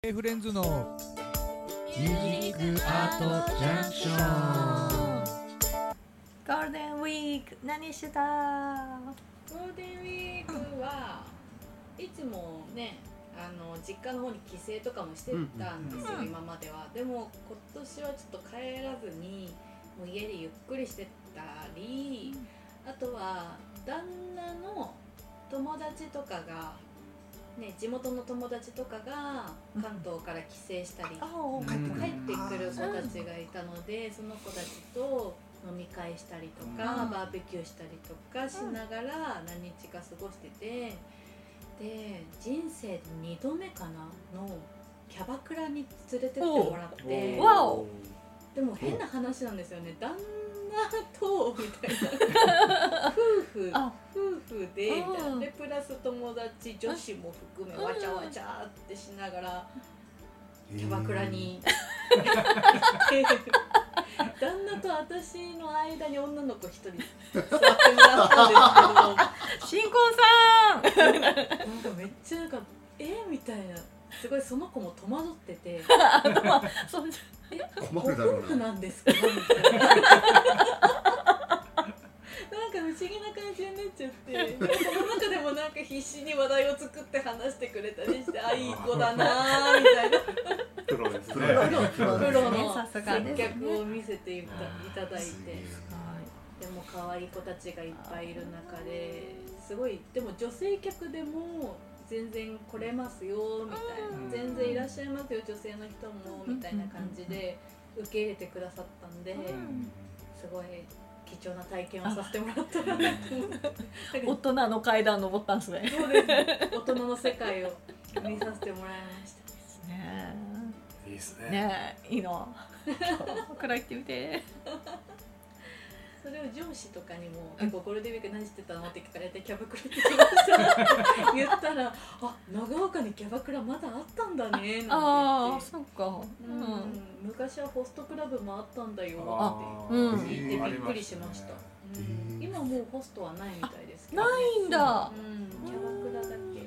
系フレンズのミュージックアートジャンクション。 ゴールデンウィーク何してた？ ゴールデンウィークはいつもね実家の方に帰省とかもしてたんですよ、今までは。でも今年はちょっと帰らずにもう家でゆっくりしてたり、あとは旦那の友達とかがね、地元の友達とかが関東から帰省したり、帰ってくる子たちがいたので、その子たちと飲み会したりとか、バーベキューしたりとかしながら何日か過ごしてて、で人生で2度目かなのキャバクラに連れてってもらって、でも変な話なんですよね。旦那とみたいな夫婦でみたいなで、プラス友達女子も含めわちゃわちゃってしながらキャバクラに行って旦那と私の間に女の子一人座ってもらったんですけど、 新婚さんなんかめっちゃなんかみたいな、すごいその子も戸惑ってて困るだろうな。 夫婦なんですかみたいななんか不思議な感じになっちゃって、でもその中でもなんか必死に話題を作って話してくれたりして、いい子だなみたいなプロですね。 プロのさすがですね接客を見せていただいて、でも可愛い子たちがいっぱいいる中ですごい、でも女性客でも全然来れますよみたいな、全然いらっしゃいますよ女性の人もみたいな感じで受け入れてくださったんで、すごい貴重な体験をさせてもらったなと思って大人の階段登ったんですね。 そうですね、大人の世界を見させてもらいました。 ねいいですね。 ねえ、いいの。くら行ってみて。 それを上司とかにも結構ゴールデンウィーク何してたのって聞かれて、キャバクラ行ってきましたって言ったら、長岡にキャバクラまだあったんだねなんて言って、 そうか。 昔はホストクラブもあったんだよって言ってびっくりしました。今もうホストはないみたいですけど、 ないんだ。 キャバクラだけ。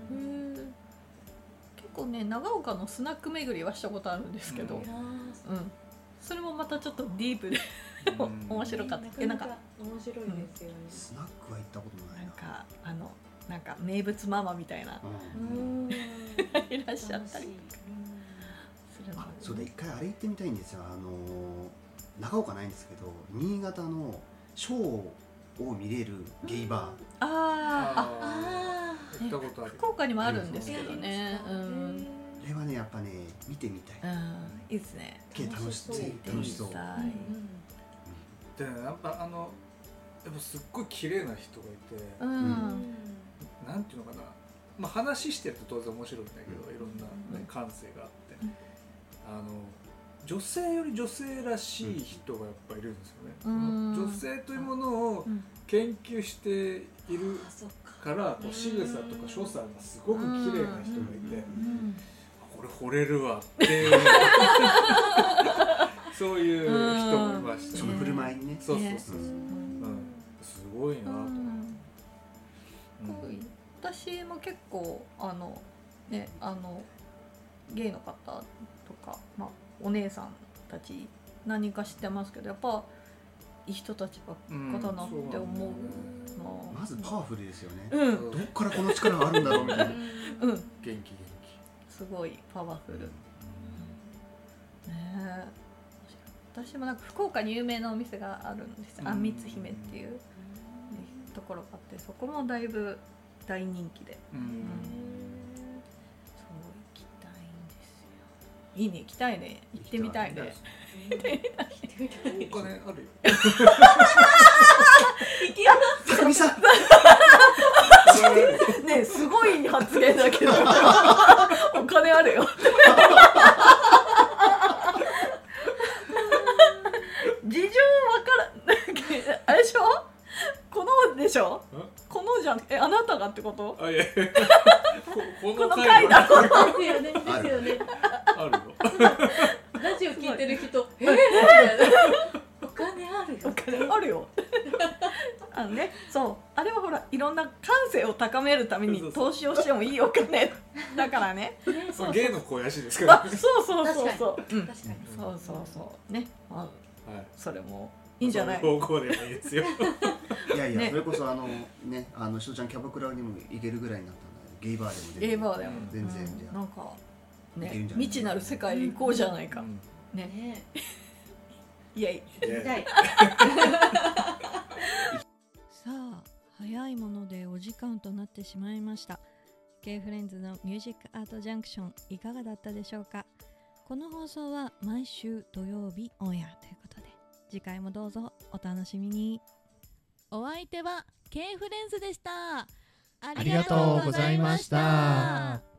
結構ね、長岡のスナック巡りはしたことあるんですけど、それもまたちょっとディープで面白かった。 なんか面白いですよね。 スナックは行ったことないな。 なんか名物ママみたいな、いらっしゃったりするの。 そうで、一回あれ行ってみたいんですよ。長岡ないんですけど、新潟のショーを見れるゲイバー。 行ったことある。 福岡にもあるんですけどね。 あれはね、やっぱね、見てみたい。 いいですね。 楽しそう。 で、やっぱでもすっごい綺麗な人がいて、なんていうのかな、話してると当然面白いんだけど、いろんな感性があって、女性より女性らしい人がやっぱいるんですよね。女性というものを研究しているから仕草とか所作がすごく綺麗な人がいて、これ惚れるわっていうそういう人もいましたね。 その振る舞いにね。 そう、すごいなと思って。 私も結構ゲイの方とか、お姉さんたち何か知ってますけど、やっぱいい人たちばっかだなって思う。 まずパワフルですよね。 どっからこの力があるんだろうみたいな。 元気。 すごいパワフル。私もなんか福岡に有名なお店があるんです。あんみつ姫っていうところがあって、そこもだいぶ大人気で。そう、行きたいんですよ。いいね、行きたいね、行ってみたいね。 お金あるよ。 行きやす。高見さん。 ね、すごい発言だけどお金あるよ事情わからんあれでしょ、このでしょ、このじゃん、あなたがってこと？ いやこの回だですよね。 あるよ。 ラジオ聞いてる人、お金あるよ。 お金あるよそう、あれはほらいろんな感性を高めるために投資をしてもいいお金だからね。 その芸の肥やしですからね。 そうそうそうそう、 確かにそうそうそうね、 はい、 それもいいんじゃない。 そういう方向でもいいですよ。 いやいや、 ねそれこそしとちゃんキャバクラにも行けるぐらいになったんで、ゲイバーでもゲイバーでも全然じゃなんかいけるねんじゃない未知なる世界に行こうじゃないか、ね、 ねイエイ。 見たい。 さあ早いものでお時間となってしまいました。 K フレンズのミュージックアートジャンクションいかがだったでしょうか。この放送は毎週土曜日オンエアということで、次回もどうぞお楽しみに。 お相手は K フレンズでした。ありがとうございました。